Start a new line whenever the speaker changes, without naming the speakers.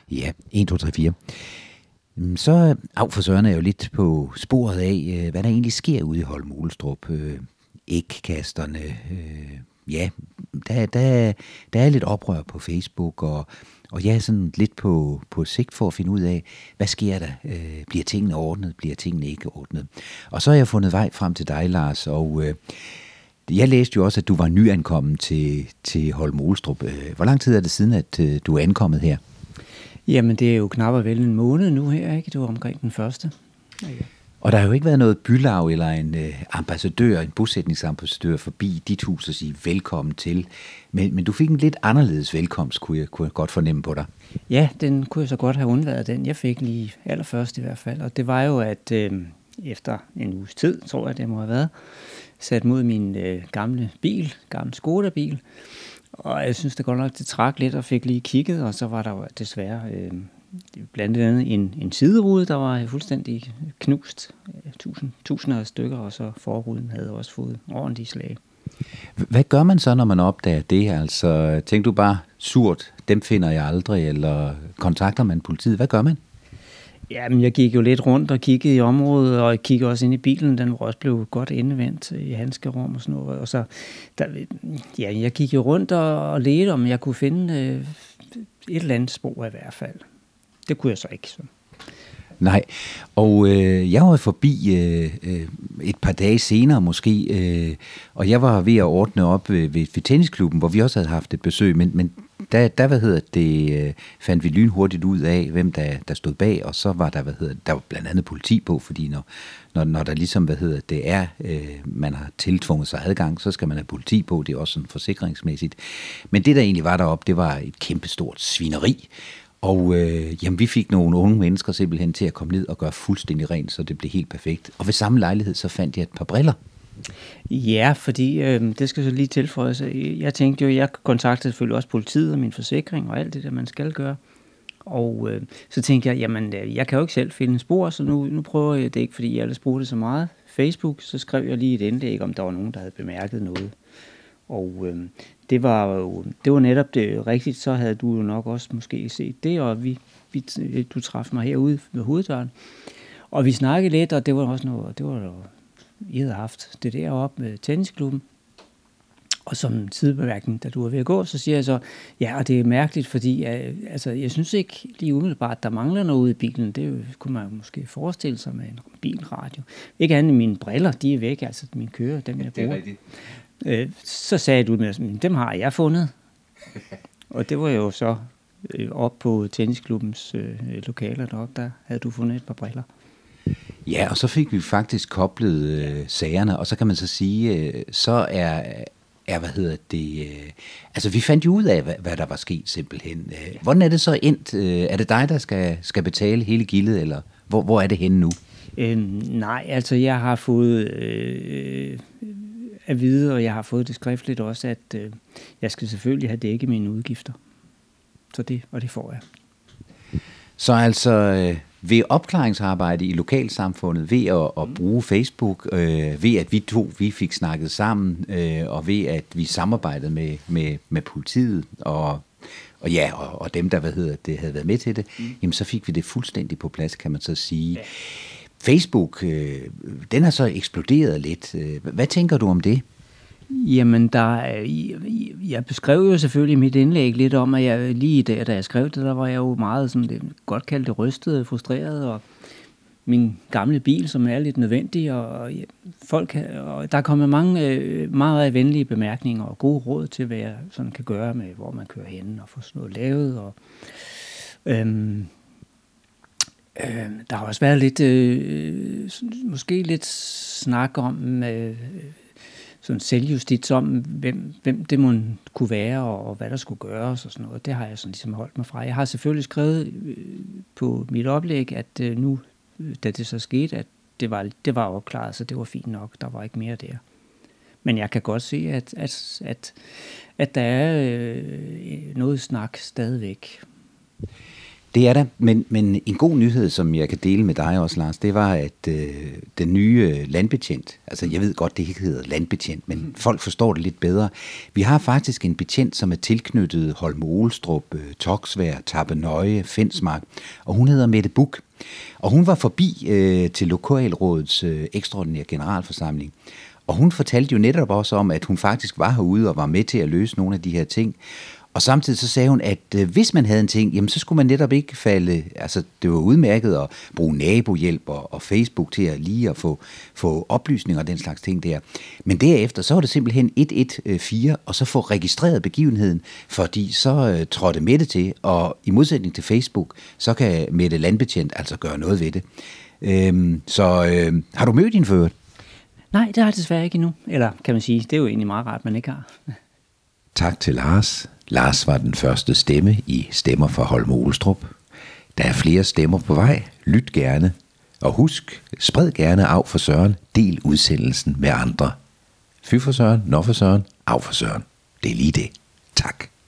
Ja, 1, 2, 3, 4. Så for søren er jeg jo lidt på sporet af, hvad der egentlig sker ude i Holme-Olstrup. Ægkasterne. Ja, der er lidt oprør på Facebook, og jeg er sådan lidt på sigt for at finde ud af, hvad sker der? Bliver tingene ordnet? Bliver tingene ikke ordnet? Og så har jeg fundet vej frem til dig, Lars, og jeg læste jo også, at du var nyankommen til Holme-Olstrup. Hvor lang tid er det siden, at du er ankommet her?
Jamen, det er jo knap og vel en måned nu her, ikke? Det var omkring den første.
Ja. Og der har jo ikke været noget bylav eller en ambassadør, en bosætningsambassadør forbi dit hus og sige velkommen til. Men du fik en lidt anderledes velkomst, kunne jeg godt fornemme på dig.
Ja, den kunne jeg så godt have undværet, den jeg fik lige allerførst i hvert fald. Og det var jo, at efter en uges tid, tror jeg det må have været, sat mod min gamle Skoda-bil. Og jeg synes det godt nok, det trak lidt og fik lige kigget, og så var der jo desværre blandt andet en siderude, der var fuldstændig knust, tusinder af stykker, og så forruden havde også fået ordentlige slag.
Hvad gør man så, når man opdager det? Altså, tænker du bare, surt, dem finder jeg aldrig, eller kontakter man politiet? Hvad gør man?
Jamen, jeg gik jo lidt rundt og kiggede i området, og jeg kiggede også ind i bilen. Den var også blevet godt indevendt i handskerum og sådan noget. Og så, jeg gik jo rundt og ledte, om jeg kunne finde et eller andet spor i hvert fald. Det kunne jeg så ikke. Så.
Nej, og jeg var forbi et par dage senere måske, og jeg var ved at ordne op ved tennisklubben, hvor vi også havde haft et besøg, men der fandt vi lynhurtigt ud af, hvem der stod bag, og så var der var blandt andet politi på, fordi når der ligesom, man har tiltvunget sig adgang, så skal man have politi på, det er også sådan forsikringsmæssigt. Men det der egentlig var deroppe, det var et kæmpestort svineri, og vi fik nogle unge mennesker simpelthen til at komme ned og gøre fuldstændig rent, så det blev helt perfekt. Og ved samme lejlighed, så fandt jeg et par briller.
Ja, fordi det skal så lige tilføjes. Jeg tænkte jo, jeg kontaktede selvfølgelig også politiet og min forsikring og alt det der, man skal gøre. Og så tænkte jeg, jamen, jeg kan jo ikke selv finde spor, så nu prøver jeg det ikke, fordi jeg ellers bruger det så meget. Facebook, så skrev jeg lige et indlæg, om der var nogen, der havde bemærket noget. Og det var netop det rigtigt, så havde du jo nok også måske set det, og du traf mig herude ved hoveddøren. Og vi snakkede lidt, og det var også noget, I havde haft det deroppe med tennisklubben. Og som sidebemærkning, da du er ved at gå, så siger jeg så, ja, og det er mærkeligt, fordi jeg synes ikke lige umiddelbart, der mangler noget ude i bilen. Det kunne man måske forestille sig med en bilradio. Ikke andet end mine briller, de er væk, altså mine kører, dem jeg bruger. Så sagde du med, dem har jeg fundet. Og det var jo så op på tennisklubbens lokaler deroppe, der havde du fundet et par briller.
Ja, og så fik vi faktisk koblet sagerne, og så kan man så sige, så vi fandt jo ud af, hvad der var sket simpelthen. Hvordan er det så endt? Er det dig, der skal betale hele gildet, eller hvor er det henne nu?
Nej, altså jeg har fået at vide, og jeg har fået det skriftligt også, at jeg skal selvfølgelig have dækket mine udgifter. Så det får jeg. Så
altså ved opklaringsarbejde i lokalsamfundet, ved at bruge Facebook, ved at vi fik snakket sammen, og ved at vi samarbejdede med politiet og dem, der havde været med til det, jamen så fik vi det fuldstændig på plads, kan man så sige. Ja. Facebook, den har så eksploderet lidt. Hvad tænker du om det?
Jamen, jeg beskrev jo selvfølgelig i mit indlæg lidt om, at jeg lige da jeg skrev det, der var jeg jo meget, som det godt kaldte, rystet, frustreret, og min gamle bil, som er lidt nødvendig, og der er kommet mange meget venlige bemærkninger og gode råd til, hvad jeg sådan kan gøre med, hvor man kører hen og får sådan noget lavet, og der har også været lidt, måske lidt snak om sådan selvjustits om, hvem det må kunne være, og hvad der skulle gøres og sådan noget. Det har jeg sådan ligesom holdt mig fra. Jeg har selvfølgelig skrevet på mit oplæg, at nu, da det så skete, at det var opklaret, så det var fint nok. Der var ikke mere der. Men jeg kan godt se, at der er noget snak stadigvæk.
Det er der, men en god nyhed, som jeg kan dele med dig også, Lars, det var, at den nye landbetjent, altså jeg ved godt, det ikke hedder landbetjent, men folk forstår det lidt bedre. Vi har faktisk en betjent, som er tilknyttet Holme-Olstrup, Toksvær, Tappenøje, Fensmark, og hun hedder Mette Buch. Og hun var forbi til Lokalrådets ekstraordinære generalforsamling. Og hun fortalte jo netop også om, at hun faktisk var herude og var med til at løse nogle af de her ting. Og samtidig så sagde hun, at hvis man havde en ting, jamen så skulle man netop ikke falde, altså det var udmærket at bruge nabohjælp og Facebook til at lige at få oplysninger og den slags ting der. Men derefter, så var det simpelthen 114, og så få registreret begivenheden, fordi så trådte Mette til, og i modsætning til Facebook, så kan Mette Landbetjent altså gøre noget ved det. Har du mødt hende før?
Nej, det har jeg desværre ikke endnu. Eller kan man sige, det er jo egentlig meget rart, man ikke har.
Tak til Lars. Lars var den første stemme i Stemmer fra Holme-Olstrup. Der er flere stemmer på vej. Lyt gerne. Og husk, spred gerne af for Søren. Del udsendelsen med andre. Fy for Søren, nå for Søren, af for Søren. Det er lige det. Tak.